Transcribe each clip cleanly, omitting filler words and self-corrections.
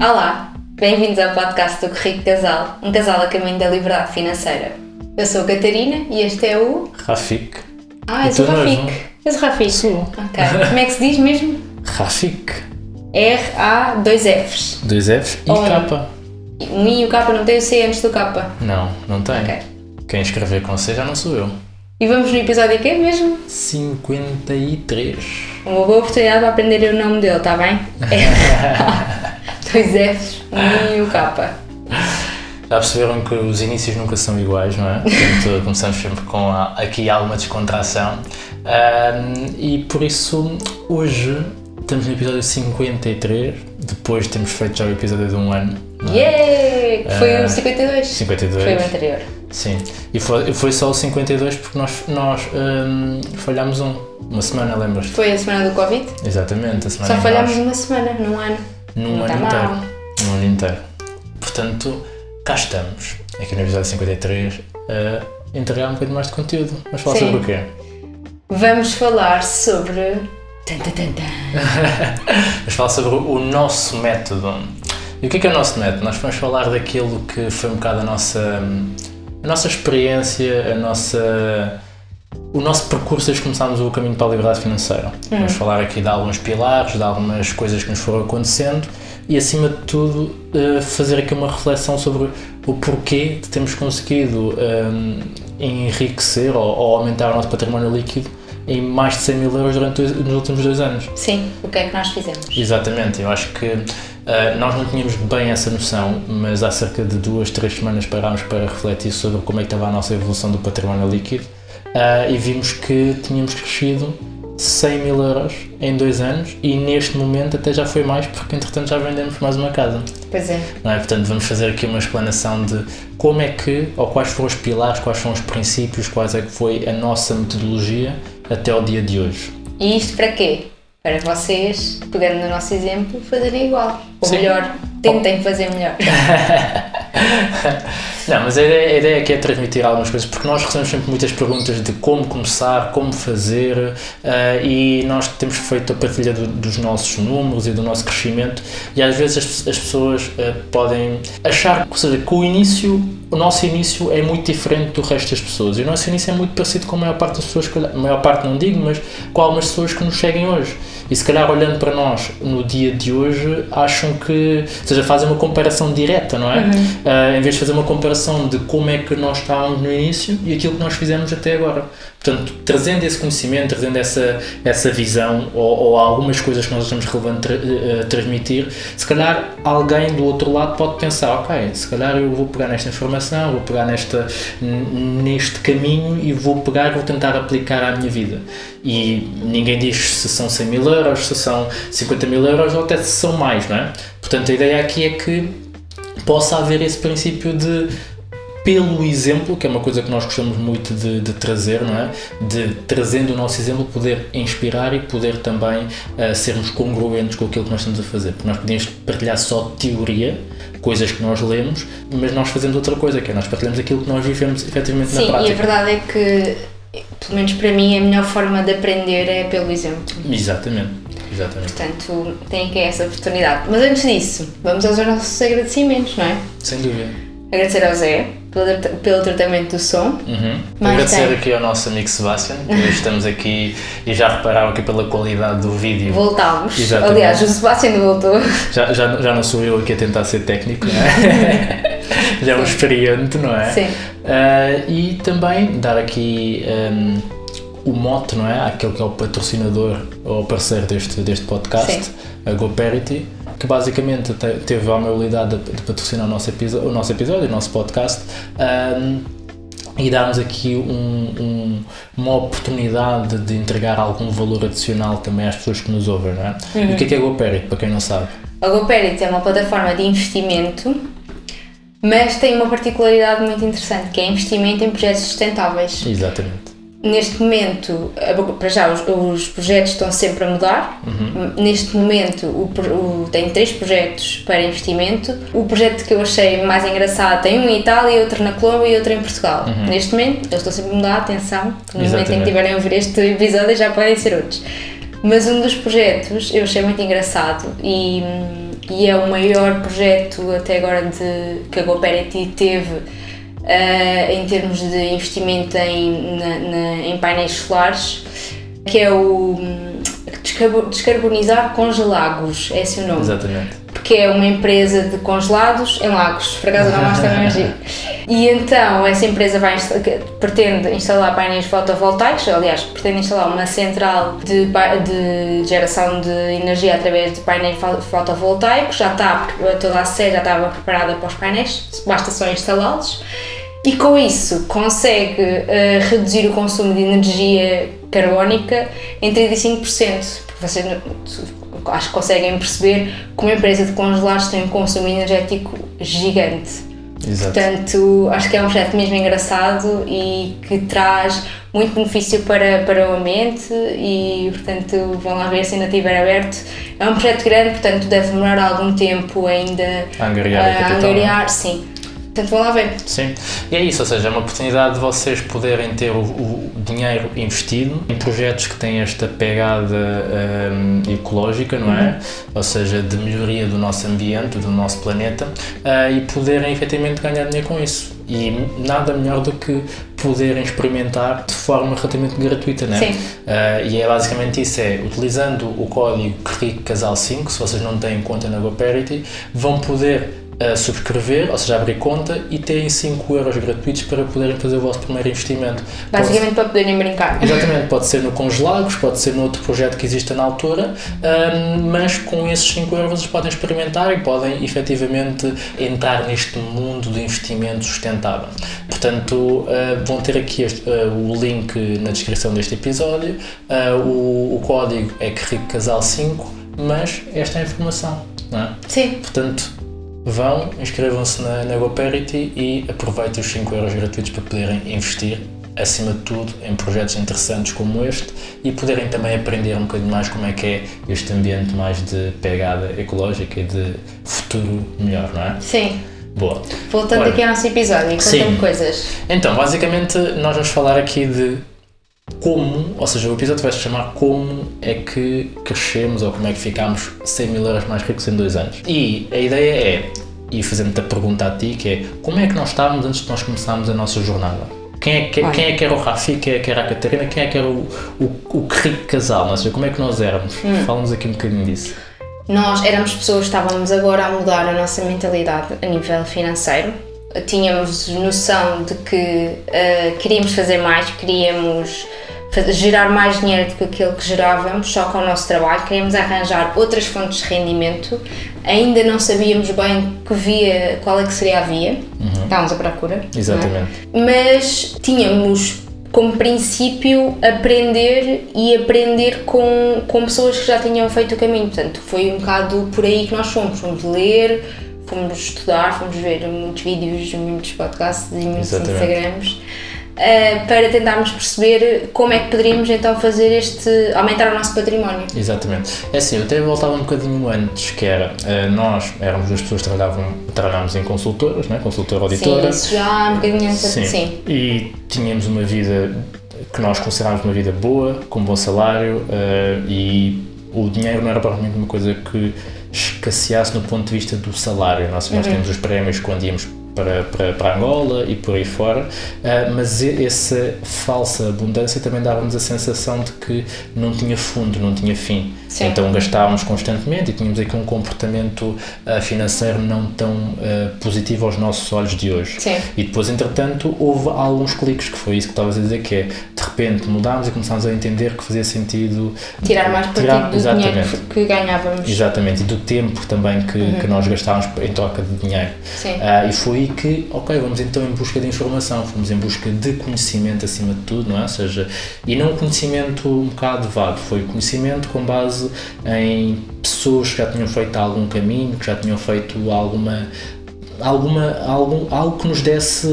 Olá, bem-vindos ao podcast do Rico Casal, um casal a caminho da liberdade financeira. Eu sou a Catarina e este é o... Rafik. És o Rafik. És o Rafik? Sou. Ok. Como é que se diz mesmo? Rafik. R-A, dois Fs. Dois Fs e K. Um I e o K não tem o C antes do K. Não tem. Ok. Quem escrever com C já não sou eu. E vamos no episódio aqui mesmo? 53. Uma boa oportunidade para aprender o nome dele, está bem? Dois Fs, um I e o K. Já perceberam que os inícios nunca são iguais, não é? Portanto, começamos sempre com aqui alguma descontração. E por isso, hoje, estamos no episódio 53, depois de termos feito já o episódio de um ano. Yeah! Que foi o 52? 52. Foi o anterior. Sim, e foi só o 52 porque nós falhámos uma semana, lembras-te? Foi a semana do Covid? Exatamente, a semana. Só falhámos uma semana, num ano. Num ano inteiro. Num ano inteiro. Portanto, cá estamos, aqui no episódio 53, a entregar um bocadinho mais de conteúdo. Mas falar sobre o quê? Vamos falar sobre... Vamos falar sobre o nosso método. E o que é o nosso método? Nós vamos falar daquilo que foi um bocado a nossa experiência, o nosso percurso desde que começámos o caminho para a liberdade financeira. Vamos falar aqui de alguns pilares, de algumas coisas que nos foram acontecendo e, acima de tudo, fazer aqui uma reflexão sobre o porquê de termos conseguido enriquecer ou aumentar o nosso património líquido em mais de 100 mil euros nos últimos 2 anos. Sim, o que é que nós fizemos? Exatamente, eu acho que nós não tínhamos bem essa noção, mas há cerca de 2-3 semanas parámos para refletir sobre como é que estava a nossa evolução do património líquido e vimos que tínhamos crescido 100 mil euros em 2 anos e neste momento até já foi mais porque entretanto já vendemos mais uma casa. Pois é. Não é? Portanto, vamos fazer aqui uma explanação de como é que, ou quais foram os pilares, quais são os princípios, quais é que foi a nossa metodologia até ao dia de hoje. E isto para quê? Para vocês, pegando no nosso exemplo, fazerem igual. Ou Sim. melhor, tentem fazer melhor. Não, mas a ideia aqui é transmitir algumas coisas, porque nós recebemos sempre muitas perguntas de como começar, como fazer, e nós temos feito a partilha dos nossos números e do nosso crescimento, e às vezes as pessoas podem achar, ou seja, que o nosso início é muito diferente do resto das pessoas, e o nosso início é muito parecido com a maior parte das pessoas, a maior parte não digo, mas com algumas pessoas que nos seguem hoje. E se calhar olhando para nós no dia de hoje, acham que, ou seja, fazem uma comparação direta, não é? Em vez de fazer uma comparação de como é que nós estávamos no início e aquilo que nós fizemos até agora. Portanto, trazendo esse conhecimento, trazendo essa visão ou algumas coisas que nós achamos relevante transmitir, se calhar alguém do outro lado pode pensar, ok, se calhar eu vou pegar nesta informação, vou pegar neste caminho e vou tentar aplicar à minha vida. E ninguém diz se são 100 mil euros, se são 50 mil euros ou até se são mais, não é? Portanto, a ideia aqui é que possa haver esse princípio de, pelo exemplo, que é uma coisa que nós gostamos muito de trazer, não é? De, trazendo o nosso exemplo, poder inspirar e poder também sermos congruentes com aquilo que nós estamos a fazer. Porque nós podemos partilhar só teoria, coisas que nós lemos, mas nós fazemos outra coisa, que é nós partilhamos aquilo que nós vivemos efetivamente na prática. Sim, e a verdade é que, pelo menos para mim, a melhor forma de aprender é pelo exemplo. Exatamente. Portanto, tem aqui essa oportunidade. Mas antes disso, vamos aos nossos agradecimentos, não é? Sem dúvida. Agradecer ao Zé pelo tratamento do som. Agradecer aqui ao nosso amigo Sebastian, que estamos aqui e já repararam aqui pela qualidade do vídeo. Voltámos. Exatamente. Aliás, o Sebastian voltou. Já não sou eu aqui a tentar ser técnico, não é? Já é um experiente, não é? Sim. E também dar aqui o mote, não é? Aquele que é o patrocinador ou parceiro deste podcast, sim, a GoParity, que basicamente teve a amabilidade de patrocinar o nosso episódio, o nosso podcast, e dar-nos aqui uma oportunidade de entregar algum valor adicional também às pessoas que nos ouvem, não é? E o que é a GoParity, para quem não sabe? A GoParity é uma plataforma de investimento, mas tem uma particularidade muito interessante, que é investimento em projetos sustentáveis. Exatamente. Neste momento, para já, os projetos estão sempre a mudar. Neste momento, tenho 3 projetos para investimento. O projeto que eu achei mais engraçado tem um em Itália, outro na Colômbia e outro em Portugal. Neste momento, eles estão sempre a mudar, atenção, que no momento em que tiverem a ouvir este episódio já podem ser outros. Mas um dos projetos eu achei muito engraçado e e é o maior projeto até agora que a GoParity teve em termos de investimento em painéis solares, que é o Descarbonizar Congelagos, é esse o nome. Exatamente. Porque é uma empresa de congelados em lagos, por acaso não gosto também agir. E então essa empresa pretende instalar painéis fotovoltaicos, aliás, pretende instalar uma central de geração de energia através de painéis fotovoltaicos, toda a sede já estava preparada para os painéis, basta só instalá-los. E com isso consegue reduzir o consumo de energia carbónica em 35%, porque vocês acho que conseguem perceber que uma empresa de congelados tem um consumo energético gigante. Exato. Portanto, acho que é um projeto mesmo engraçado e que traz muito benefício para o ambiente e, portanto, vão lá ver se ainda estiver aberto. É um projeto grande, portanto, deve demorar algum tempo ainda a angariar, sim. Portanto, vão lá ver. Sim, e é isso, ou seja, é uma oportunidade de vocês poderem ter o dinheiro investido em projetos que têm esta pegada ecológica, não é? Ou seja, de melhoria do nosso ambiente, do nosso planeta, e poderem efetivamente ganhar dinheiro com isso. E nada melhor do que poderem experimentar de forma relativamente gratuita, não é? Sim. E é basicamente isso, utilizando o código CRICCASAL5, se vocês não têm conta na GoParity, vão poder subscrever, ou seja, abrir conta e terem 5 euros gratuitos para poderem fazer o vosso primeiro investimento. Basicamente para poderem brincar. Exatamente, pode ser no Congelados, pode ser no outro projeto que exista na altura, mas com esses 5 euros vocês podem experimentar e podem efetivamente entrar neste mundo de investimento sustentável. Portanto, vão ter aqui o link na descrição deste episódio, o código é CRICCASAL5, mas esta é a informação, não é? Sim. Portanto, vão, inscrevam-se na GoParity e aproveitem os 5 euros gratuitos para poderem investir, acima de tudo, em projetos interessantes como este e poderem também aprender um bocadinho mais como é que é este ambiente mais de pegada ecológica e de futuro melhor, não é? Sim. Boa. Voltando aqui ao nosso episódio, conta-me coisas. Então, basicamente, nós vamos falar aqui de como, ou seja, o episódio vai se chamar Como é que crescemos ou como é que ficámos 100 mil euros mais ricos em 2 anos. E a ideia é, e fazendo-te a pergunta a ti, que é como é que nós estávamos antes de nós começarmos a nossa jornada? Quem é que era o Rafi, quem é que era a Catarina, quem é que era o rico casal, ou seja, como é que nós éramos? Fala-nos aqui um bocadinho disso. Nós éramos pessoas, estávamos agora a mudar a nossa mentalidade a nível financeiro. Tínhamos noção de que queríamos fazer mais, queríamos gerar mais dinheiro do que aquilo que gerávamos só com o nosso trabalho, queríamos arranjar outras fontes de rendimento, ainda não sabíamos bem qual é que seria a via, estávamos à procura. Exatamente. Mas tínhamos como princípio aprender com pessoas que já tinham feito o caminho, portanto foi um bocado por aí que nós fomos ler, fomos estudar, fomos ver muitos vídeos, muitos podcasts e muitos Instagrams para tentarmos perceber como é que poderíamos então fazer aumentar o nosso património. Exatamente. É assim, eu até voltava um bocadinho antes, que era, nós éramos duas pessoas que trabalhávamos em consultoras, né? Consultora auditora. Sim, isso já um bocadinho antes. Sim. E tínhamos uma vida que nós considerávamos uma vida boa, com um bom salário e o dinheiro não era propriamente uma coisa que escasseasse no ponto de vista do salário. Nós temos os prémios quando íamos para Angola e por aí fora, mas essa falsa abundância também dava-nos a sensação de que não tinha fundo, não tinha fim. Sim. Então gastávamos constantemente e tínhamos aqui um comportamento financeiro não tão positivo aos nossos olhos de hoje. Sim. E depois, entretanto, houve alguns cliques, que foi isso que estavas a dizer, que é, de repente mudámos e começámos a entender que fazia sentido tirar mais partido do dinheiro que ganhávamos. Exatamente, e do tempo também que nós gastávamos em troca de dinheiro. Sim. E foi que, vamos então em busca de informação, fomos em busca de conhecimento acima de tudo, não é? Ou seja, e não conhecimento um bocado vago, foi conhecimento com base em pessoas que já tinham feito algum caminho, que já tinham feito algo que nos desse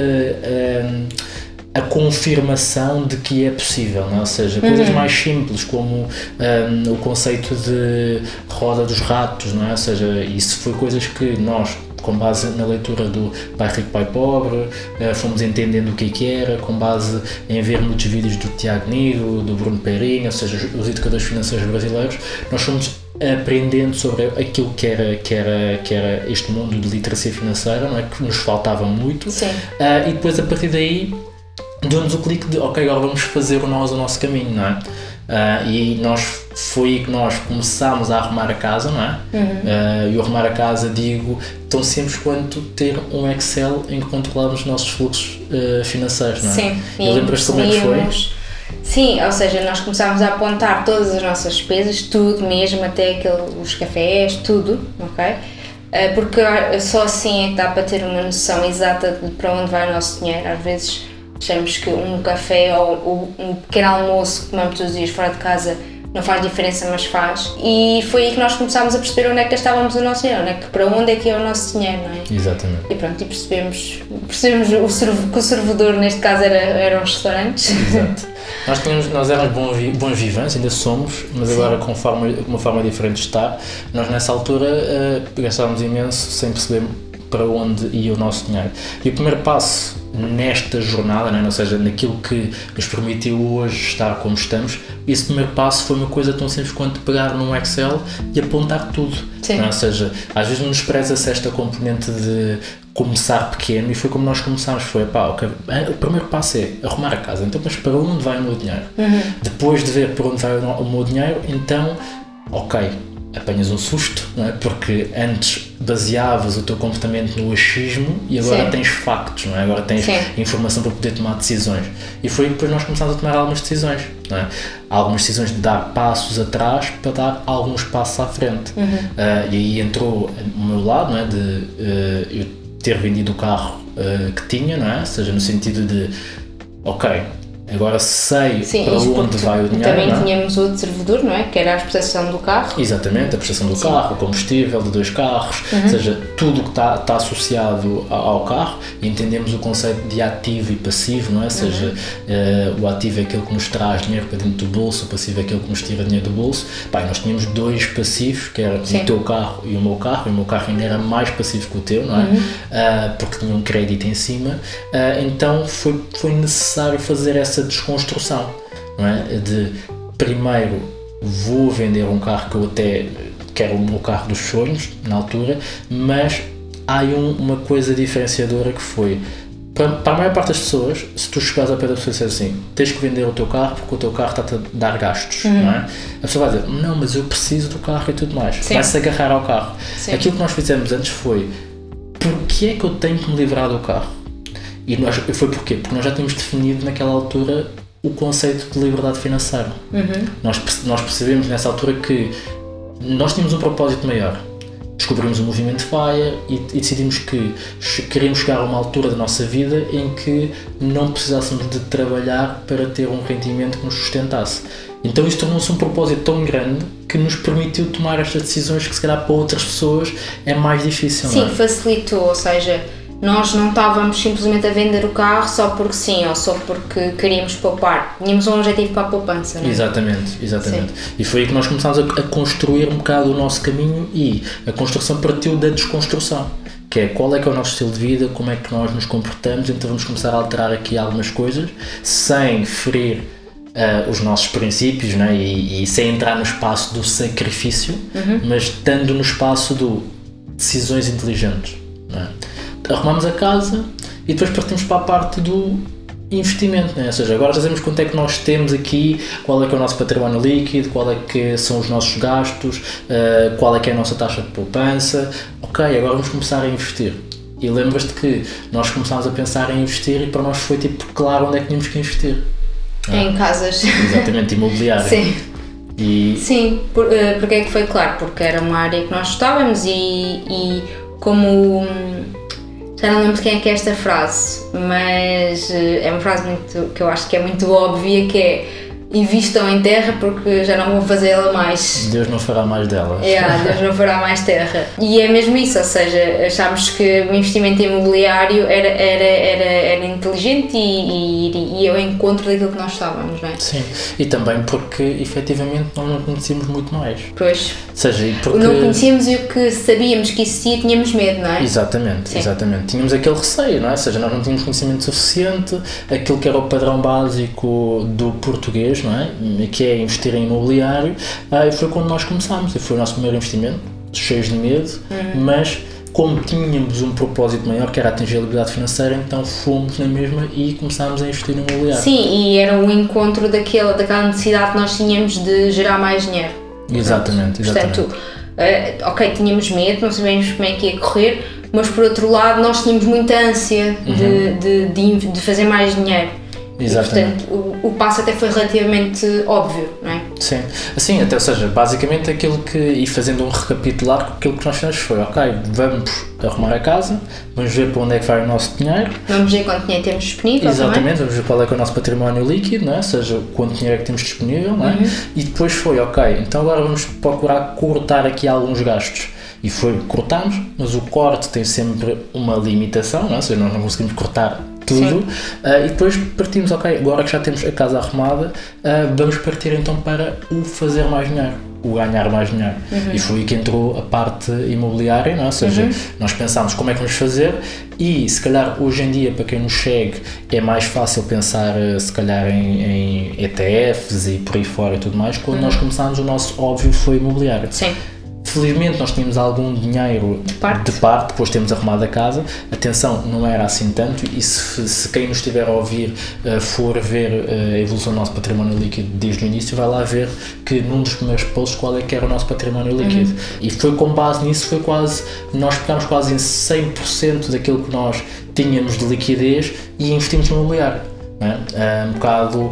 a confirmação de que é possível, não é? Ou seja, coisas mais simples como o conceito de roda dos ratos, não é? Ou seja, isso foi coisas que nós, com base na leitura do Pai Rico, Pai Pobre, fomos entendendo o que era, com base em ver muitos vídeos do Tiago Nido, do Bruno Perini, ou seja, os educadores financeiros brasileiros. Nós fomos aprendendo sobre aquilo que era este mundo de literacia financeira, não é? Que nos faltava muito. E depois, a partir daí, deu-nos o clique de, ok, agora vamos fazer o nosso caminho, não é? E foi aí que nós começámos a arrumar a casa, não é? E o arrumar a casa, digo, tão simples quanto ter um Excel em que controlamos os nossos fluxos financeiros, não é? Sim. E lembras-te como é que foi? Sim, ou seja, nós começámos a apontar todas as nossas despesas, tudo mesmo, até os cafés, tudo, ok? Porque só assim é que dá para ter uma noção exata de para onde vai o nosso dinheiro. Às vezes achamos que um café ou um pequeno almoço que tomamos todos os dias fora de casa não faz diferença, mas faz. E foi aí que nós começámos a perceber onde é que gastávamos o nosso dinheiro, para onde é que é o nosso dinheiro, não é? Exatamente. E pronto, e percebemos que o servidor neste caso eram os restaurantes. Exato. Nós éramos bons vivantes, ainda somos, mas agora com uma forma diferente de estar. Nós nessa altura gastávamos imenso sem perceber para onde ia o nosso dinheiro. E o primeiro passo nesta jornada, né, ou seja, naquilo que nos permitiu hoje estar como estamos, esse primeiro passo foi uma coisa tão simples quanto pegar num Excel e apontar tudo. Né? Ou seja, às vezes nos preza-se esta componente de começar pequeno, e foi como nós começámos, foi, okay, o primeiro passo é arrumar a casa, então mas para onde vai o meu dinheiro? Depois de ver para onde vai o meu dinheiro, então, ok, apanhas um susto, não é? Porque antes baseavas o teu comportamento no achismo e agora tens factos, não é? Agora tens informação para poder tomar decisões. E foi depois nós começámos a tomar algumas decisões, não é? Algumas decisões de dar passos atrás para dar alguns passos à frente. E aí entrou o meu lado, não é? De eu ter vendido o carro que tinha, não é? Ou seja, no sentido de, ok, agora sei para onde vai o dinheiro. Também tínhamos o outro servidor, não é? Que era a prestação do carro. Exatamente, a prestação do carro, o combustível de 2 carros, ou seja, tudo o que está associado ao carro. E entendemos o conceito de ativo e passivo, não é? Ou seja, o ativo é aquele que nos traz dinheiro para dentro do bolso, o passivo é aquele que nos tira dinheiro do bolso. Nós tínhamos 2 passivos, que era o teu carro e o meu carro ainda era mais passivo que o teu, não é? Porque tinha um crédito em cima. Então foi necessário fazer essa desconstrução, não é? De primeiro vou vender um carro que eu até quero, o meu carro dos sonhos na altura, mas há uma coisa diferenciadora que foi, para a maior parte das pessoas, se tu chegares ao pé da pessoa e disseres assim, tens que vender o teu carro porque o teu carro está-te a dar gastos, não é? A pessoa vai dizer, não, mas eu preciso do carro e tudo mais, vai-se agarrar ao carro. Aquilo que nós fizemos antes foi, porquê é que eu tenho que me livrar do carro? E foi porquê? Porque nós já tínhamos definido naquela altura o conceito de liberdade financeira. Nós percebemos nessa altura que nós tínhamos um propósito maior. Descobrimos o movimento FIRE e decidimos que queríamos chegar a uma altura da nossa vida em que não precisássemos de trabalhar para ter um rendimento que nos sustentasse. Então isso tornou-se um propósito tão grande que nos permitiu tomar estas decisões que se calhar para outras pessoas é mais difícil. Sim, não é? Facilitou, ou seja, nós não estávamos simplesmente a vender o carro só porque sim, ou só porque queríamos poupar. Tínhamos um objetivo para a poupança, não é? Exatamente. E foi aí que nós começámos a construir um bocado o nosso caminho, e a construção partiu da desconstrução, que é qual é que é o nosso estilo de vida, como é que nós nos comportamos. Então vamos começar a alterar aqui algumas coisas, sem ferir os nossos princípios, não é? E sem entrar no espaço do sacrifício, mas estando no espaço do decisões inteligentes, não é? Arrumamos a casa e depois partimos para a parte do investimento, né? Ou seja, agora já sabemos quanto é que nós temos aqui, qual é que é o nosso património líquido, qual é que são os nossos gastos, qual é que é a nossa taxa de poupança. Ok, agora vamos começar a investir. E lembras-te que nós começámos a pensar em investir e para nós foi tipo claro onde é que tínhamos que investir. Em casas. Exatamente, imobiliária. Sim. Sim, porque é que foi claro? Porque era uma área que nós gostávamos e como... Já não lembro de quem é que é esta frase, mas é uma frase que eu acho que é muito óbvia, que é invistam em terra porque já não vão fazê-la mais. Deus não fará mais delas. Deus não fará mais terra. E é mesmo isso, ou seja, achámos que o investimento imobiliário era inteligente e ia ao encontro daquilo que nós estávamos, não é? Sim, e também porque efetivamente nós não conhecíamos muito mais. Pois. Ou seja, porque... Não conhecíamos e o que sabíamos que existia, tínhamos medo, não é? Exatamente, sim. Exatamente. Tínhamos aquele receio, não é? Ou seja, nós não tínhamos conhecimento suficiente, aquilo que era o padrão básico do português, não é? Que é investir em imobiliário, e foi quando nós começámos, e foi o nosso primeiro investimento, cheios de medo, mas como tínhamos um propósito maior, que era atingir a liberdade financeira, então fomos na mesma e começámos a investir no imobiliário. Sim, e era um encontro daquela necessidade que nós tínhamos de gerar mais dinheiro. Exatamente. Portanto, ok, tínhamos medo, não sabíamos como é que ia correr, mas por outro lado nós tínhamos muita ânsia de fazer mais dinheiro. Exatamente. E, portanto, o passo até foi relativamente óbvio, não é? Sim, assim, até, ou seja, basicamente aquilo que, e fazendo um recapitular, aquilo que nós fizemos foi, ok, vamos arrumar a casa, vamos ver para onde é que vai o nosso dinheiro. Vamos ver quanto dinheiro temos disponível. Exatamente, também. Vamos ver qual é que é o nosso património líquido, não é? Ou seja, quanto dinheiro é que temos disponível, não é? E depois foi, ok, então agora vamos procurar cortar aqui alguns gastos. E cortámos, mas o corte tem sempre uma limitação, não é? Ou seja, nós não conseguimos cortar tudo, e depois partimos, ok, agora que já temos a casa arrumada, vamos partir então para o fazer mais dinheiro, o ganhar mais dinheiro. E foi aí que entrou a parte imobiliária, não é? Ou seja, nós pensámos como é que vamos fazer, e se calhar hoje em dia, para quem nos segue, é mais fácil pensar se calhar em ETFs e por aí fora e tudo mais. Quando nós começámos, o nosso óbvio foi imobiliário. Sim. Felizmente nós tínhamos algum dinheiro de parte, depois temos arrumado a casa. Atenção, não era assim tanto, e se quem nos estiver a ouvir for ver a evolução do nosso património líquido desde o início, vai lá ver que num dos primeiros posts qual é que era o nosso património líquido. E foi com base nisso, nós pegámos quase em 100% daquilo que nós tínhamos de liquidez e investimos no imobiliário, não é? Um bocado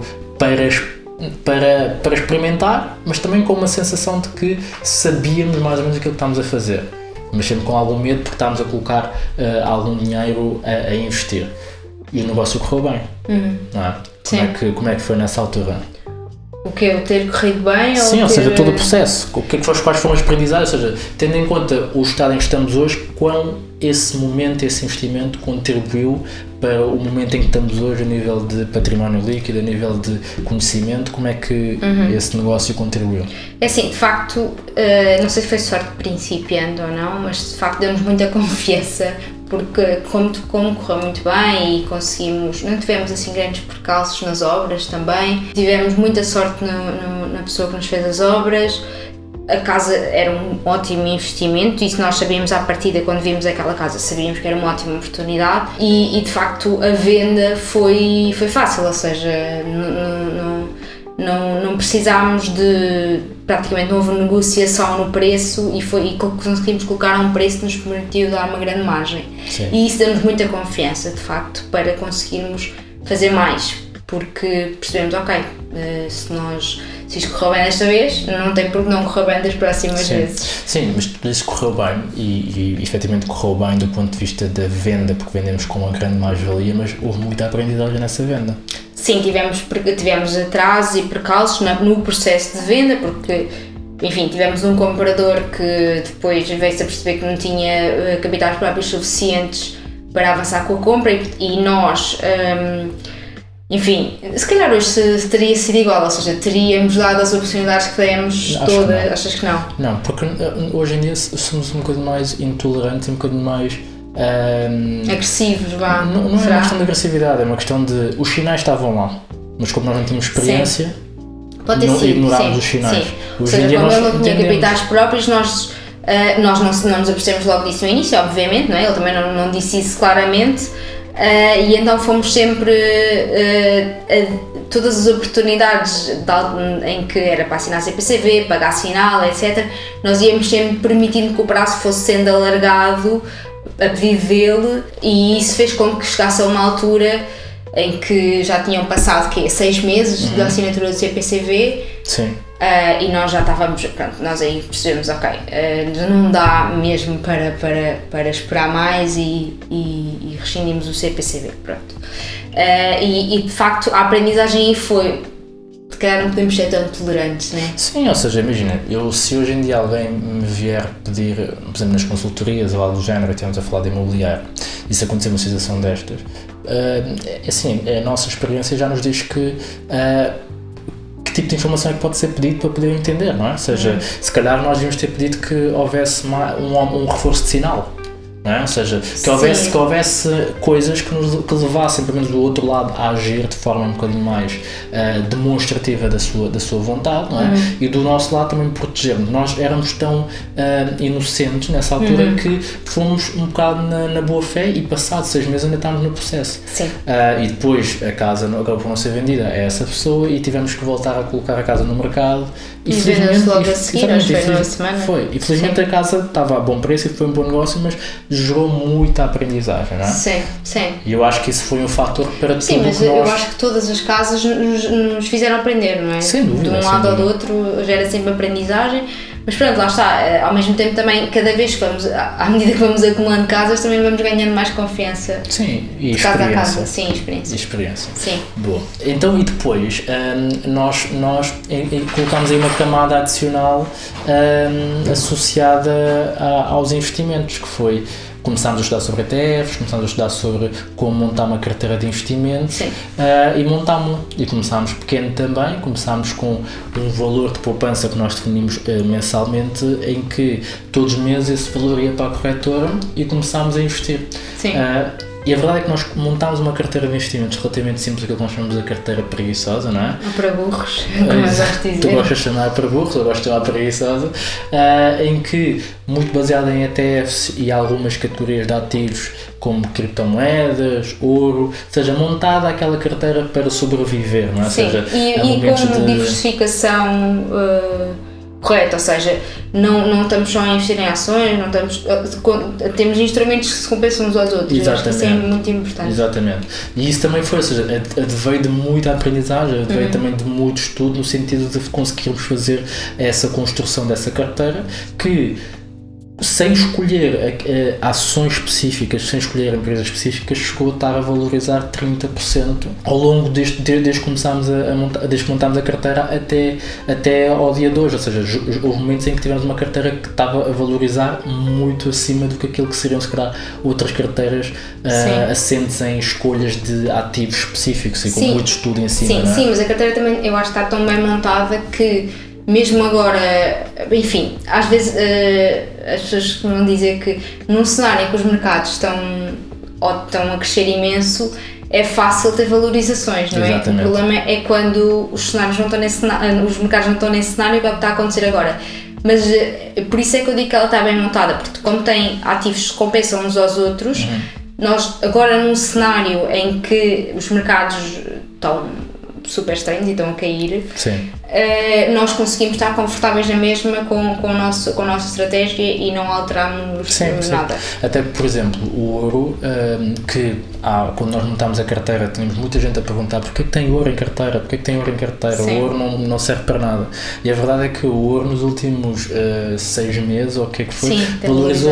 para experimentar, mas também com uma sensação de que sabíamos mais ou menos aquilo que estávamos a fazer, mas sempre com algum medo porque estávamos a colocar algum dinheiro a investir, e o negócio correu bem, não é? Como é que foi nessa altura? O quê? O ter corrido bem? Sim, ou seja, todo o processo. Quais foram as aprendizagens? Ou seja, tendo em conta o estado em que estamos hoje, quão esse momento, esse investimento contribuiu para o momento em que estamos hoje a nível de património líquido, a nível de conhecimento, como é que esse negócio contribuiu? É assim, de facto, não sei se foi sorte principiante ou não, mas de facto deu-nos muita confiança, porque como correu muito bem e conseguimos, não tivemos assim grandes percalços nas obras também, tivemos muita sorte na pessoa que nos fez as obras. A casa era um ótimo investimento, isso nós sabíamos à partida, quando vimos aquela casa, sabíamos que era uma ótima oportunidade, e de facto a venda foi fácil, ou seja, não precisámos praticamente não houve negociação no preço, e conseguimos colocar um preço que nos permitiu dar uma grande margem. Sim. E isso deu-nos muita confiança, de facto, para conseguirmos fazer mais, porque percebemos, ok, se isto correu bem desta vez, não tem por que não correr bem das próximas vezes. Sim, mas tudo isso correu bem e efetivamente correu bem do ponto de vista da venda, porque vendemos com uma grande mais-valia, mas houve muita aprendizagem nessa venda. Sim, tivemos atrasos e percalços no processo de venda, porque, enfim, tivemos um comprador que depois veio-se a perceber que não tinha capitais próprios suficientes para avançar com a compra, e nós... enfim, se calhar hoje teria sido igual, ou seja, teríamos dado as oportunidades que demos todas, achas que não? Não, porque hoje em dia somos um bocadinho mais intolerantes, um bocadinho mais... agressivos, vá. Não é uma questão de agressividade, é uma questão de... Os sinais estavam lá, mas como nós não tínhamos experiência, ignorámos os sinais. Sim. Ou seja, quando ele não tinha capitais próprios, nós não nos apercebemos logo disso no início, obviamente, não é? Ele também não disse isso claramente. E então fomos sempre todas as oportunidades em que era para assinar CPCV, pagar sinal, etc. Nós íamos sempre permitindo que o prazo fosse sendo alargado a pedido dele, e isso fez com que chegasse a uma altura em que já tinham passado 6 meses da assinatura do CPCV. Sim. E nós já estávamos, pronto, nós aí percebemos, ok, não dá mesmo para esperar mais, e rescindimos o CPCV, pronto. E de facto a aprendizagem aí foi se calhar não podemos ser tão tolerantes, não é? Sim, ou seja, imagina, se hoje em dia alguém me vier pedir, por exemplo, nas consultorias ou algo do género, estamos a falar de imobiliário, e se acontecer uma situação destas, assim, a nossa experiência já nos diz que tipo de informação é que pode ser pedido para poder entender, não é? Ou seja, se calhar nós devíamos ter pedido que houvesse um reforço de sinal. Não é? Ou seja, que houvesse coisas que levassem, pelo menos do outro lado, a agir de forma um bocadinho mais demonstrativa da sua vontade, não é? E do nosso lado também protegermos. Nós éramos tão inocentes nessa altura que fomos um bocado na boa fé e passados 6 meses ainda estávamos no processo. E depois a casa acabou por não ser vendida a essa pessoa e tivemos que voltar a colocar a casa no mercado. E felizmente logo a seguir, acho que foi numa semana. Foi. E felizmente a casa estava a bom preço e foi um bom negócio, mas gerou muita aprendizagem, não é? Sim. E eu acho que isso foi um fator para tudo. Sim, mas eu acho que todas as casas nos fizeram aprender, não é? Sem dúvida. De um lado ou do outro gera sempre aprendizagem. Mas pronto, lá está, ao mesmo tempo também, cada vez que à medida que vamos acumulando casas, também vamos ganhando mais confiança. Sim, e de casa a casa. Sim, experiência. Sim. Boa. Então, e depois, nós colocámos aí uma camada adicional associada aos investimentos, que foi... Começámos a estudar sobre ETFs, começámos a estudar sobre como montar uma carteira de investimentos e montámos-la. E começámos pequeno também, começámos com um valor de poupança que nós definimos mensalmente, em que todos os meses esse valor ia para a corretora e começámos a investir. Sim. E a verdade é que nós montámos uma carteira de investimentos relativamente simples, aquilo que nós chamamos de carteira preguiçosa, não é? Ou para burros, como eu gosto de dizer. Tu gostas de chamar para burros, eu gosto de chamar preguiçosa, em que, muito baseada em ETFs e algumas categorias de ativos, como criptomoedas, ouro, seja montada aquela carteira para sobreviver, não é? Sim, seja, e com diversificação correta, ou seja, não estamos só a investir em ações, não estamos, temos instrumentos que se compensam uns aos outros. Exatamente. Acho que isso é muito importante. Exatamente. E isso também foi, ou seja, veio de muita aprendizagem, veio também de muito estudo, no sentido de conseguirmos fazer essa construção dessa carteira que, sem escolher ações específicas, sem escolher empresas específicas, chegou a estar a valorizar 30% ao longo desde que começámos desde que montámos a carteira até ao dia de hoje, ou seja, houve momentos em que tivemos uma carteira que estava a valorizar muito acima do que aquilo que seriam, se calhar, outras carteiras assentes em escolhas de ativos específicos e com muito estudo em cima. Sim, sim, mas a carteira também, eu acho que está tão bem montada que mesmo agora, enfim, às vezes as pessoas costumam dizer que num cenário em que os mercados estão a crescer imenso, é fácil ter valorizações, não é? Exatamente. O problema é quando os cenários não estão nesse cenário, os mercados não estão nesse cenário, que é o que está a acontecer agora. Mas por isso é que eu digo que ela está bem montada, porque como tem ativos que se compensam uns aos outros, nós agora num cenário em que os mercados estão super estranhos e estão a cair, nós conseguimos estar confortáveis na mesma com a nossa estratégia e não alteramos nada. Até, por exemplo, o ouro, quando nós montámos a carteira, tínhamos muita gente a perguntar porquê que tem ouro em carteira, o ouro não serve para nada. E a verdade é que o ouro nos últimos 6 meses, ou o que é que foi, valorizou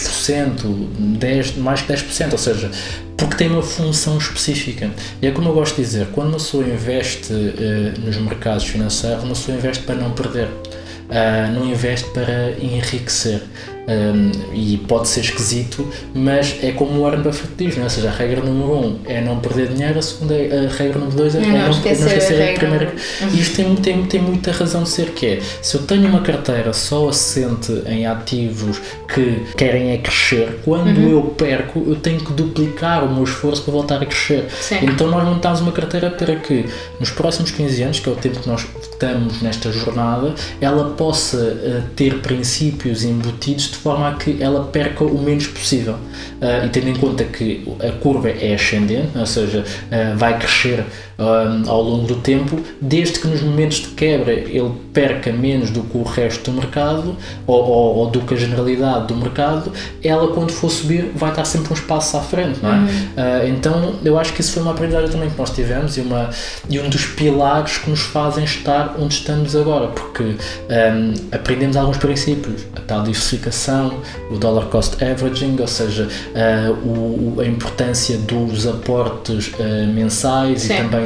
10%, mais que 10%, ou seja, porque tem uma função específica. E é como eu gosto de dizer, quando uma pessoa investe nos mercados financeiros, uma pessoa investe para não perder, não investe para enriquecer. E pode ser esquisito, mas é como o Warren Buffett diz, não é? Ou seja, a regra número 1 é não perder dinheiro, a segunda a regra número 2 é não esquecer a primeira. E isto tem muita razão de ser, que é, se eu tenho uma carteira só assente em ativos que querem crescer, quando eu perco, eu tenho que duplicar o meu esforço para voltar a crescer. Então nós montamos uma carteira para que nos próximos 15 anos, que é o tempo que nós estamos nesta jornada, ela possa ter princípios embutidos de forma a que ela perca o menos possível, e tendo em conta que a curva é ascendente, ou seja, vai crescer ao longo do tempo, desde que nos momentos de quebra ele perca menos do que o resto do mercado ou do que a generalidade do mercado, ela quando for subir vai estar sempre uns passos à frente, não é? Então eu acho que isso foi uma aprendizagem também que nós tivemos e um dos pilares que nos fazem estar onde estamos agora, porque aprendemos alguns princípios, a tal diversificação, o dollar cost averaging, ou seja, a importância dos aportes mensais e também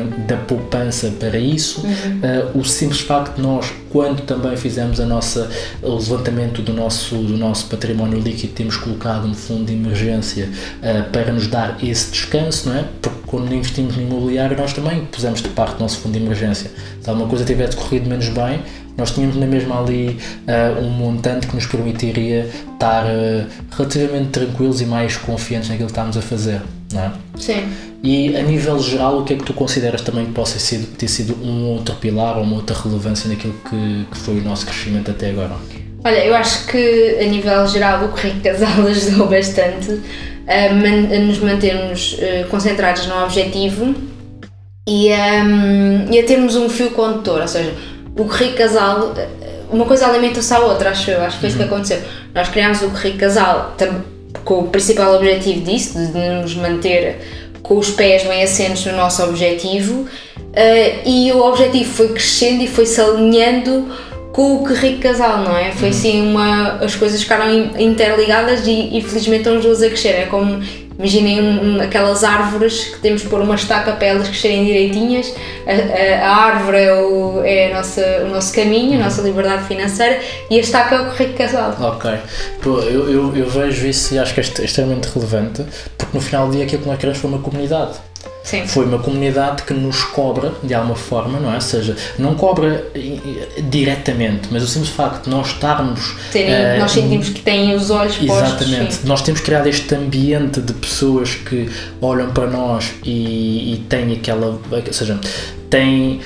da poupança para isso, o simples facto de nós, quando também fizemos o levantamento do nosso património líquido, temos colocado um fundo de emergência para nos dar esse descanso, não é? Porque quando investimos no imobiliário nós também pusemos de parte o nosso fundo de emergência. Se alguma coisa tiver decorrido menos bem, nós tínhamos na mesma ali um montante que nos permitiria estar relativamente tranquilos e mais confiantes naquilo que estamos a fazer, não é? Sim. E a nível geral, o que é que tu consideras também que possa ter sido um outro pilar ou uma outra relevância naquilo que foi o nosso crescimento até agora? Olha, eu acho que a nível geral o Correio Casal ajudou bastante a nos mantermos concentrados no objetivo e a termos um fio condutor, ou seja, o Correio Casal, uma coisa alimenta-se à outra, acho que foi isso que aconteceu. Nós criámos o Correio Casal com o principal objetivo disso, de nos manter com os pés bem assentos no nosso objetivo, e o objetivo foi crescendo e foi-se alinhando com o Correio Casal, não é? Foi assim as coisas ficaram interligadas e felizmente estão as duas a crescer. É como, imaginem aquelas árvores que temos de pôr uma estaca para elas crescerem direitinhas. A árvore é o nosso caminho, a nossa liberdade financeira, e a estaca é o Correio Casal. Ok. Pô, eu vejo isso e acho que é extremamente relevante, porque no final do dia aquilo que nós queremos foi uma comunidade. Sim. Foi uma comunidade que nos cobra de alguma forma, não é? Ou seja, não cobra diretamente, mas o simples facto de nós estarmos... nós sentimos que têm os olhos postos. Exatamente. Sim. Nós temos criado este ambiente de pessoas que olham para nós e têm aquela... Ou seja, têm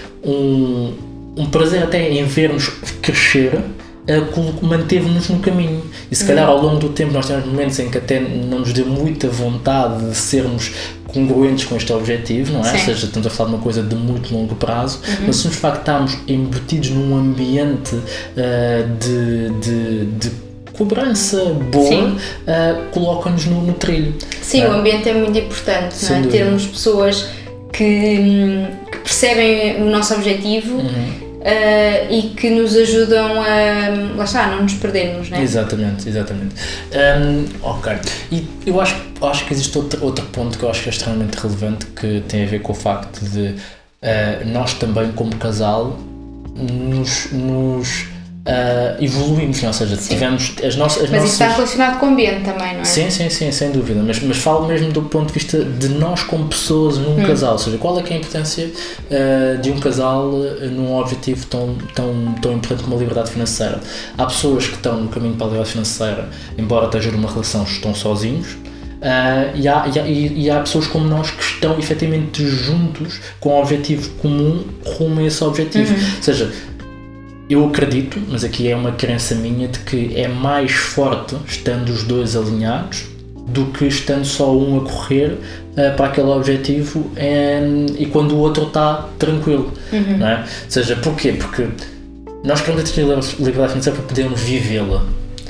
um prazer até em ver-nos crescer, manteve-nos no caminho. E se calhar ao longo do tempo nós temos momentos em que até não nos deu muita vontade de sermos congruentes com este objetivo, não é? Sim. Ou seja, estamos a falar de uma coisa de muito longo prazo, mas se de facto estamos embutidos num ambiente de cobrança boa, coloca-nos no trilho. Sim, o ambiente é muito importante, não é? Termos pessoas que percebem o nosso objetivo, e que nos ajudam lá está, não nos perdermos, não é? Exatamente. Ok. E eu acho que existe outro ponto que eu acho que é extremamente relevante, que tem a ver com o facto de nós também como casal nos evoluímos, ou seja, tivemos as nossas... Mas isso está relacionado com o ambiente também, não é? Sim, sem dúvida, mas falo mesmo do ponto de vista de nós como pessoas num casal, ou seja, qual é que é a importância de um casal num objetivo tão importante como a liberdade financeira. Há pessoas que estão no caminho para a liberdade financeira, embora estejam numa relação, estão sozinhos, e há pessoas como nós que estão efetivamente juntos com um objetivo comum rumo a esse objetivo, ou seja, eu acredito, mas aqui é uma crença minha, de que é mais forte estando os dois alinhados do que estando só um a correr para aquele objetivo e quando o outro está tranquilo, não é? Ou seja, porquê? Porque nós queremos ter liberdade financeira para podermos vivê-la.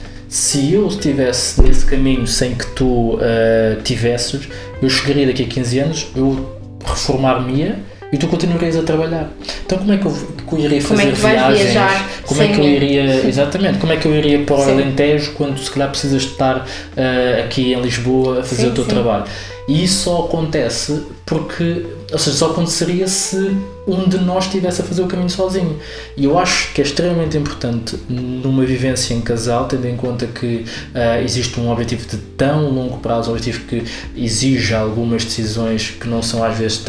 Se eu estivesse nesse caminho sem que tu tivesses, eu chegaria daqui a 15 anos, eu reformar-me-ia e tu continuarias a trabalhar. Então como é que eu iria fazer viagens? Como é que eu iria, exatamente, como é que eu iria para o Alentejo quando se calhar precisas de estar aqui em Lisboa a fazer o teu trabalho? E isso só acontece porque, ou seja, só aconteceria se um de nós estivesse a fazer o caminho sozinho. E eu acho que é extremamente importante numa vivência em casal, tendo em conta que existe um objetivo de tão longo prazo, um objetivo que exige algumas decisões que não são às vezes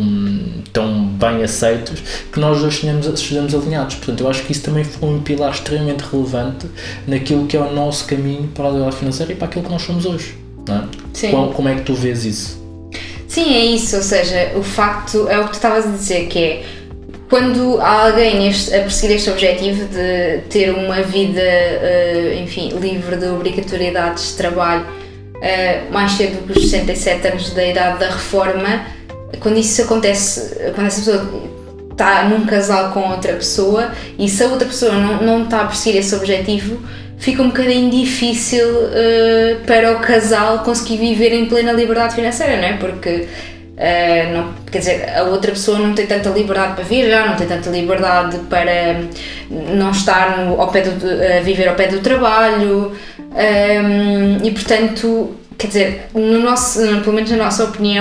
tão bem aceitas, que nós dois estejamos alinhados. Portanto, eu acho que isso também foi um pilar extremamente relevante naquilo que é o nosso caminho para a liberdade financeira e para aquilo que nós somos hoje. Não é? Sim. Como é que tu vês isso? Sim, é isso, ou seja, o facto é o que tu estavas a dizer, que é quando há alguém a perseguir este objetivo de ter uma vida, enfim, livre de obrigatoriedades de trabalho mais cedo do que os 67 anos da idade da reforma, quando isso acontece, quando essa pessoa está num casal com outra pessoa e se a outra pessoa não está a perseguir esse objetivo, fica um bocadinho difícil para o casal conseguir viver em plena liberdade financeira, não é? Porque, quer dizer, a outra pessoa não tem tanta liberdade para viajar, não tem tanta liberdade para não estar a viver ao pé do trabalho e, portanto, quer dizer, pelo menos na nossa opinião,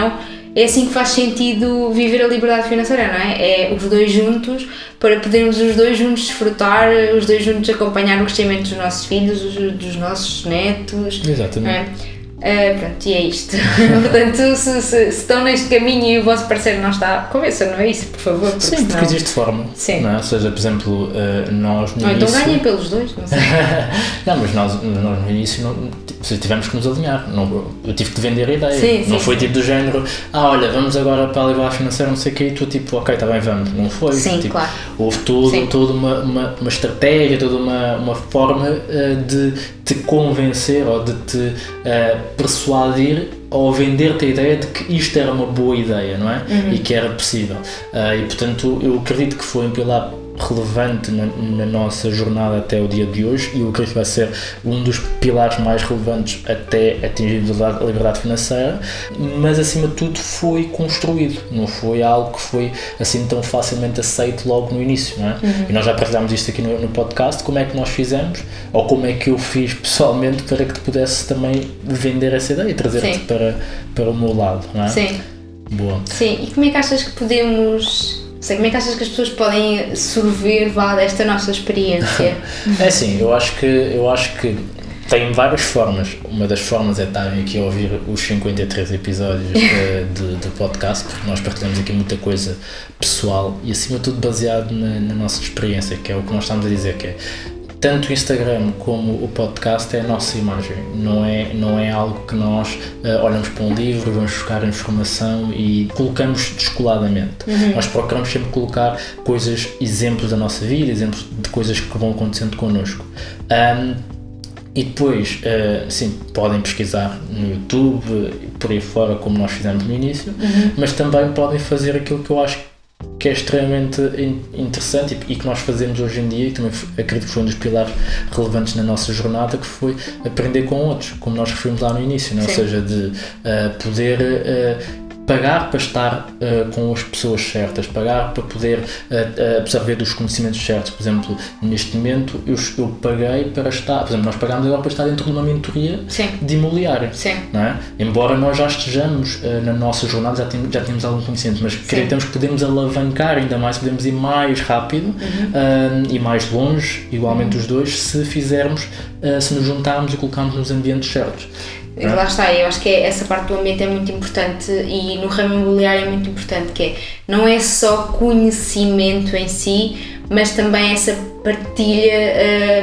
é assim que faz sentido viver a liberdade financeira, não é? É os dois juntos, para podermos os dois juntos desfrutar, os dois juntos acompanhar o crescimento dos nossos filhos, dos nossos netos. Exatamente. Pronto, e é isto. Portanto, se estão neste caminho e o vosso parceiro não está, convençam, não é isso, por favor. Sim, porque senão... existe forma. Sim. Não é? Ou seja, por exemplo, nós no início... então ganhem pelos dois, não sei. Não, mas nós no início tivemos que nos alinhar. Eu tive que vender a ideia. Sim, não sim, foi tipo do género, olha, vamos agora para a liberdade financeira, não sei o quê, e tu tipo, ok, está bem, vamos. Não foi. Sim, tipo, claro. Houve toda uma estratégia, toda uma forma de te convencer ou de te persuadir ou vender-te a ideia de que isto era uma boa ideia, não é? E que era possível. E portanto, eu acredito que foi um pilar relevante na nossa jornada até o dia de hoje, e eu acredito que vai ser um dos pilares mais relevantes até atingir a liberdade financeira, mas acima de tudo foi construído, não foi algo que foi assim tão facilmente aceito logo no início, não é? E nós já partilhámos isto aqui no podcast, como é que nós fizemos, ou como é que eu fiz pessoalmente para que te pudesse também vender essa ideia e trazer-te para o meu lado, não é? Sim. Boa. Sim, e como é que achas que podemos... como é que achas que as pessoas podem sorver desta nossa experiência? É assim, eu acho que tem várias formas. Uma das formas é estarem aqui a ouvir os 53 episódios do podcast, porque nós partilhamos aqui muita coisa pessoal e acima de tudo baseado na nossa experiência, que é o que nós estamos a dizer, que é tanto o Instagram como o podcast é a nossa imagem, não é algo que nós olhamos para um livro, vamos buscar informação e colocamos descoladamente. Nós procuramos sempre colocar exemplos da nossa vida, exemplos de coisas que vão acontecendo connosco. E depois, sim, podem pesquisar no YouTube, por aí fora, como nós fizemos no início, mas também podem fazer aquilo que eu acho que é extremamente interessante e que nós fazemos hoje em dia, e também acredito que foi um dos pilares relevantes na nossa jornada, que foi aprender com outros, como nós referimos lá no início, não é? Ou seja, de poder pagar para estar com as pessoas certas, pagar para poder absorver dos conhecimentos certos. Por exemplo, neste momento eu paguei para estar, por exemplo, nós pagámos agora para estar dentro de uma mentoria de imobiliário, não é? Embora nós já estejamos na nossa jornada, já temos algum conhecimento, mas acreditamos que podemos alavancar ainda mais, podemos ir mais rápido e mais longe, igualmente os dois, se fizermos, se nos juntarmos e colocarmos nos ambientes certos. Lá está, eu acho que essa parte do ambiente é muito importante e no ramo imobiliário é muito importante, que não é só conhecimento em si, mas também essa partilha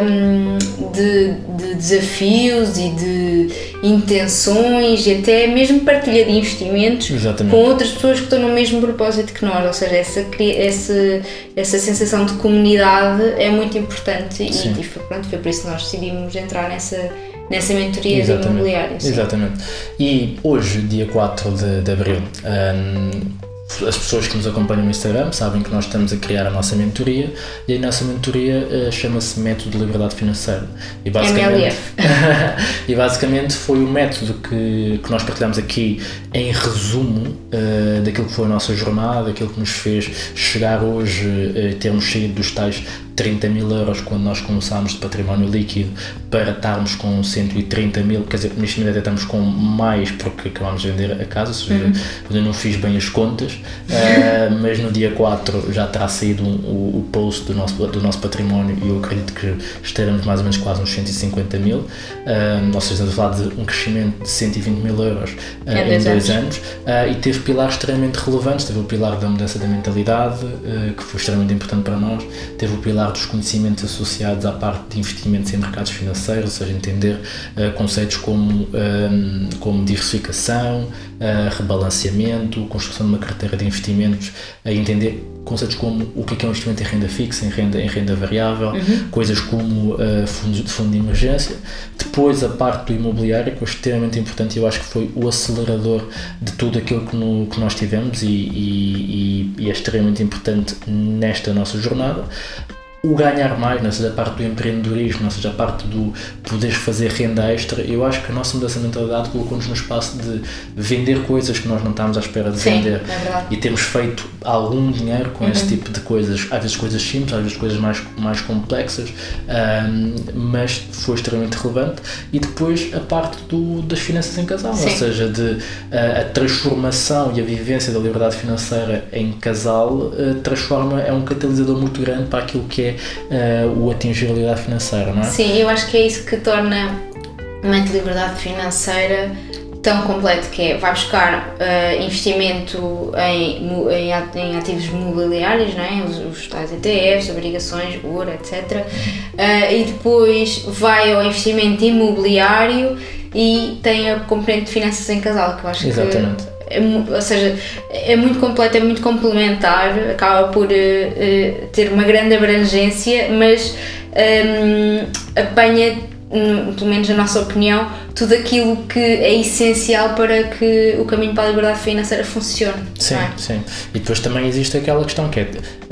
de desafios e de intenções e até mesmo partilha de investimentos. Exatamente. Com outras pessoas que estão no mesmo propósito que nós, ou seja, essa sensação de comunidade é muito importante. E foi por isso que nós decidimos entrar nessa mentoria de imobiliário. Exatamente. E hoje, dia 4 de abril, as pessoas que nos acompanham no Instagram sabem que nós estamos a criar a nossa mentoria, e a nossa mentoria chama-se Método de Liberdade Financeira. E basicamente foi o método que nós partilhamos aqui em resumo daquilo que foi a nossa jornada, daquilo que nos fez chegar hoje, termos saído dos tais 30 mil euros quando nós começámos de património líquido para estarmos com 130 mil, quer dizer, neste momento até estamos com mais porque acabámos de vender a casa, ou seja, eu não fiz bem as contas, mas no dia 4 já terá saído o post do nosso património e eu acredito que estaremos mais ou menos quase uns 150 mil, ou seja, estamos a falar de um crescimento de 120 mil euros em 2 anos, e teve pilares extremamente relevantes. Teve o pilar da mudança da mentalidade, que foi extremamente importante para nós, teve o pilar dos conhecimentos associados à parte de investimentos em mercados financeiros, ou seja, entender conceitos como diversificação, rebalanceamento, construção de uma carteira de investimentos, a entender conceitos como o que é um investimento em renda fixa, em renda variável, coisas como fundo de emergência. Depois a parte do imobiliário, que foi extremamente importante, eu acho que foi o acelerador de tudo aquilo que nós tivemos e é extremamente importante nesta nossa jornada. o ganhar mais, ou seja, a parte do empreendedorismo, ou seja, a parte do poderes fazer renda extra, eu acho que a nossa mudança de mentalidade colocou-nos no espaço de vender coisas que nós não estávamos à espera de vender. É e temos feito algum dinheiro com esse tipo de coisas, às vezes coisas simples, às vezes coisas mais complexas, mas foi extremamente relevante. E depois a parte das finanças em casal, ou seja, a transformação e a vivência da liberdade financeira em casal é um catalisador muito grande para aquilo que é o atingir a liberdade financeira, não é? Sim, eu acho que é isso que torna o momento de liberdade financeira tão completo, que é, vai buscar investimento em ativos mobiliários, não é? Os tais ETFs, obrigações, ouro, etc. E depois vai ao investimento imobiliário e tem a componente de finanças em casal, que eu acho Exatamente. ou seja, é muito completo, é muito complementar, acaba por ter uma grande abrangência, mas apanha, pelo menos na nossa opinião, tudo aquilo que é essencial para que o caminho para a liberdade financeira funcione. Sim, sim. E depois também existe aquela questão que é,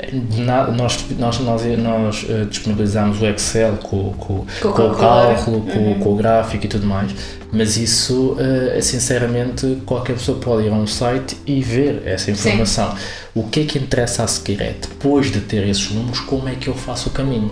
nós disponibilizamos o Excel com o cálculo, com o gráfico e tudo mais, mas isso, sinceramente, qualquer pessoa pode ir a um site e ver essa informação. Sim. O que é que interessa a seguir é, depois de ter esses números, como é que eu faço o caminho?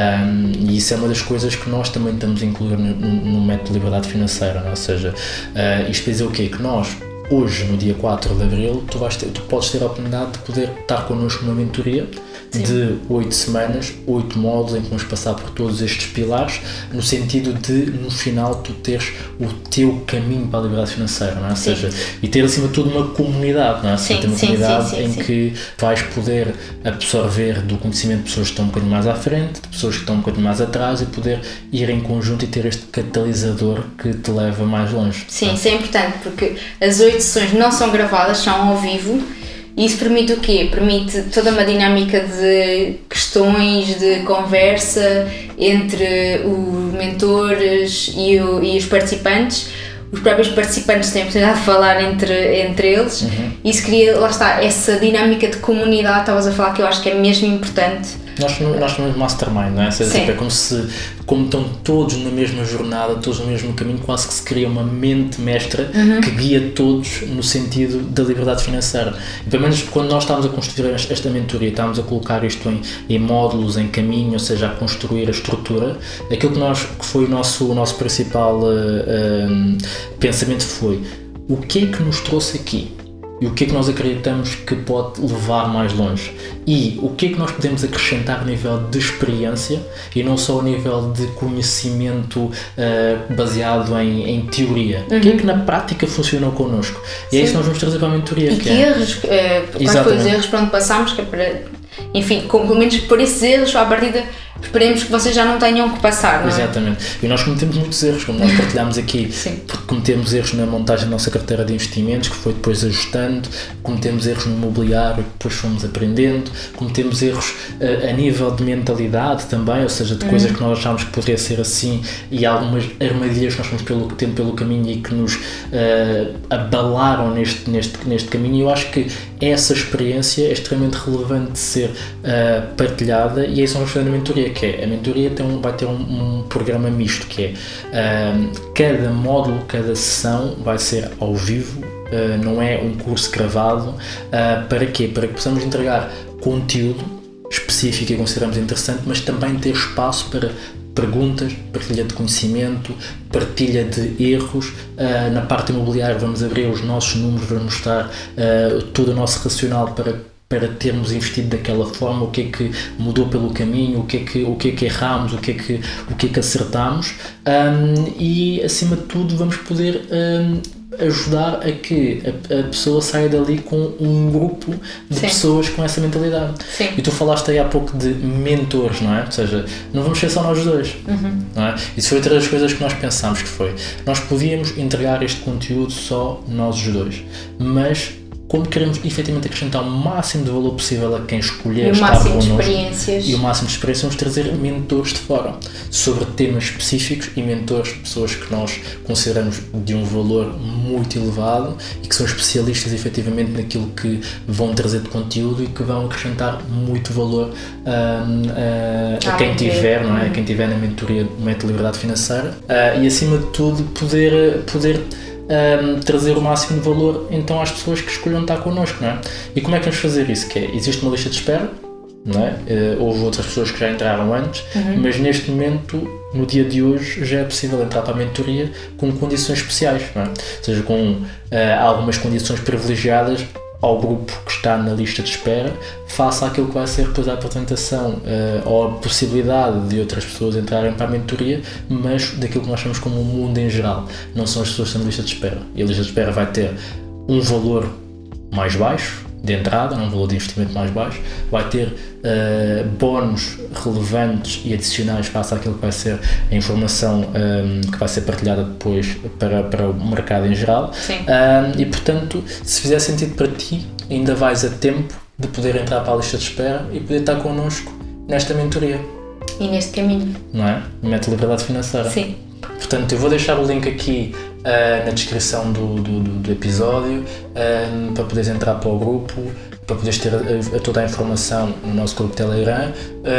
E isso é uma das coisas que nós também estamos a incluir no método de liberdade financeira, ou seja, isto quer dizer o quê? Que nós, hoje, no dia 4 de Abril, tu podes ter a oportunidade de poder estar connosco numa mentoria. Sim. De 8 semanas, 8 módulos em que vamos passar por todos estes pilares, no sentido de, no final, tu teres o teu caminho para a liberdade financeira, não é? Ou seja, e ter acima de tudo uma comunidade, não é? Ter uma comunidade em que vais poder absorver do conhecimento de pessoas que estão um bocadinho mais à frente, de pessoas que estão um bocadinho mais atrás, e poder ir em conjunto e ter este catalisador que te leva mais longe. Sim, isso é importante, porque as 8 sessões não são gravadas, são ao vivo. E isso permite o quê? Permite toda uma dinâmica de questões, de conversa entre os mentores e os participantes. Os próprios participantes têm a oportunidade de falar entre eles. Isso cria, lá está, essa dinâmica de comunidade, estavas a falar, que eu acho que é mesmo importante. Nós chamamos de mastermind, não é? É como estão todos na mesma jornada, todos no mesmo caminho, quase que se cria uma mente mestra que guia todos no sentido da liberdade financeira. E, pelo menos quando nós estávamos a construir esta mentoria, estávamos a colocar isto em módulos, em caminho, ou seja, a construir a estrutura, aquilo que foi o nosso principal pensamento foi: o que é que nos trouxe aqui? E o que é que nós acreditamos que pode levar mais longe? E o que é que nós podemos acrescentar a nível de experiência e não só a nível de conhecimento baseado em teoria? O que é que na prática funcionou connosco? E é isso que nós vamos trazer para a mentoria. E que erros, quais foram os erros para onde passámos, que é para, enfim, pelo menos por esses erros, à partida, esperemos que vocês já não tenham que passar, não é? Exatamente. E nós cometemos muitos erros, como nós partilhámos aqui, porque cometemos erros na montagem da nossa carteira de investimentos, que foi depois ajustando, cometemos erros no imobiliário, que depois fomos aprendendo, cometemos erros a nível de mentalidade também, ou seja, de coisas que nós achámos que poderia ser assim, e algumas armadilhas que nós fomos tendo pelo caminho e que nos abalaram neste caminho. E eu acho que essa experiência é extremamente relevante de ser partilhada, e é isso que nós vamos fazer na mentoria, que é, a mentoria vai ter um programa misto, que é cada módulo, cada sessão vai ser ao vivo, não é um curso gravado. Para quê? Para que possamos entregar conteúdo específico que consideramos interessante, mas também ter espaço para perguntas, partilha de conhecimento, partilha de erros. Na parte imobiliária vamos abrir os nossos números, vamos mostrar todo o nosso racional para termos investido daquela forma, o que é que mudou pelo caminho, o que é que erramos, o que é que acertamos, e acima de tudo vamos poder ajudar a que a pessoa saia dali com um grupo de pessoas com essa mentalidade. Sim. E tu falaste aí há pouco de mentores, não é? Ou seja, não vamos ser só nós dois, não é? Isso foi outra das coisas que nós pensámos, que foi, nós podíamos entregar este conteúdo só nós os dois, mas como queremos efetivamente acrescentar o máximo de valor possível a quem escolher estar connosco. E o máximo de experiências, vamos trazer mentores de fora, sobre temas específicos e mentores, pessoas que nós consideramos de um valor muito elevado e que são especialistas efetivamente naquilo que vão trazer de conteúdo e que vão acrescentar muito valor a quem tiver, não é? A quem tiver na mentoria do Método Liberdade Financeira e acima de tudo poder trazer o máximo de valor então às pessoas que escolham estar connosco, não é? E como é que vamos fazer isso? Existe uma lista de espera, não é? Houve outras pessoas que já entraram antes, mas neste momento, no dia de hoje, já é possível entrar para a mentoria com condições especiais, não é? Ou seja, com algumas condições privilegiadas ao grupo que está na lista de espera, face àquilo que vai ser depois a apresentação ou a possibilidade de outras pessoas entrarem para a mentoria, mas daquilo que nós chamamos como o mundo em geral. Não são as pessoas que estão na lista de espera. E a lista de espera vai ter um valor mais baixo de entrada, um valor de investimento mais baixo, vai ter bónus relevantes e adicionais face àquilo que vai ser a informação que vai ser partilhada depois para o mercado em geral. E portanto, se fizer sentido para ti, ainda vais a tempo de poder entrar para a lista de espera e poder estar connosco nesta mentoria. E neste caminho. Não é? Método Liberdade Financeira. Sim. Portanto, eu vou deixar o link aqui na descrição do episódio para poderes entrar para o grupo, para poderes ter toda a informação no nosso grupo Telegram.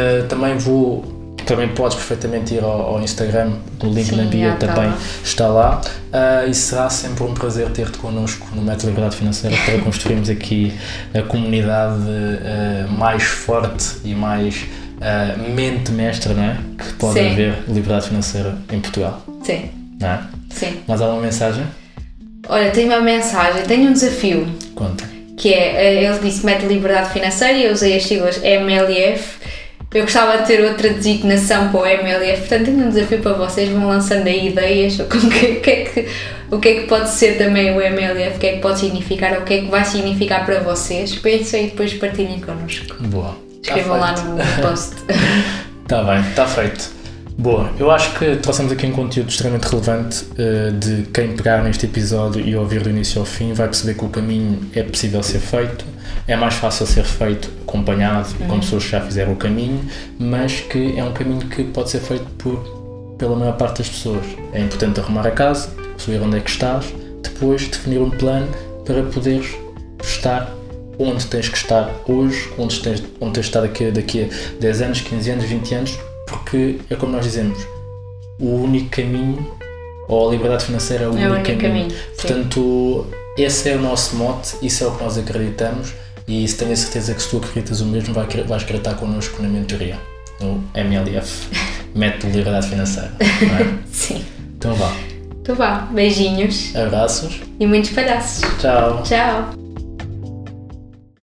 Também podes perfeitamente ir ao Instagram, o link na bio também está lá. E será sempre um prazer ter-te connosco no Método Liberdade Financeira para construirmos aqui a comunidade mais forte e mais mente mestra, não é? Que pode haver liberdade financeira em Portugal. Sim. Não é? Sim. Mais alguma mensagem? Olha, tenho uma mensagem, tenho um desafio. Conta. Que ele disse Método Liberdade Financeira e eu usei as siglas MLF. Eu gostava de ter outra designação para o MLF, portanto tenho um desafio para vocês, vão lançando aí ideias, o que é que pode ser também o MLF, o que é que pode significar, o que é que vai significar para vocês, pensem e depois partilhem connosco. Boa. Escrevam lá no post. Está bem, está feito. Boa, eu acho que trouxemos aqui um conteúdo extremamente relevante de quem pegar neste episódio e ouvir do início ao fim vai perceber que o caminho é possível ser feito, é mais fácil ser feito acompanhado com pessoas que já fizeram o caminho, mas que é um caminho que pode ser feito pela maior parte das pessoas. É importante arrumar a casa, saber onde é que estás, depois definir um plano para poderes estar onde tens que estar hoje, onde tens de estar daqui a 10 anos, 15 anos, 20 anos, porque é como nós dizemos, o único caminho, ou a liberdade financeira é o único caminho. Portanto, esse é o nosso mote, isso é o que nós acreditamos e tenho a certeza que se tu acreditas o mesmo vais querer estar connosco na mentoria, no MLF, Método de Liberdade Financeira. Não é? Sim. Então vá. Beijinhos. Abraços. E muitos palhaços. Tchau. Tchau.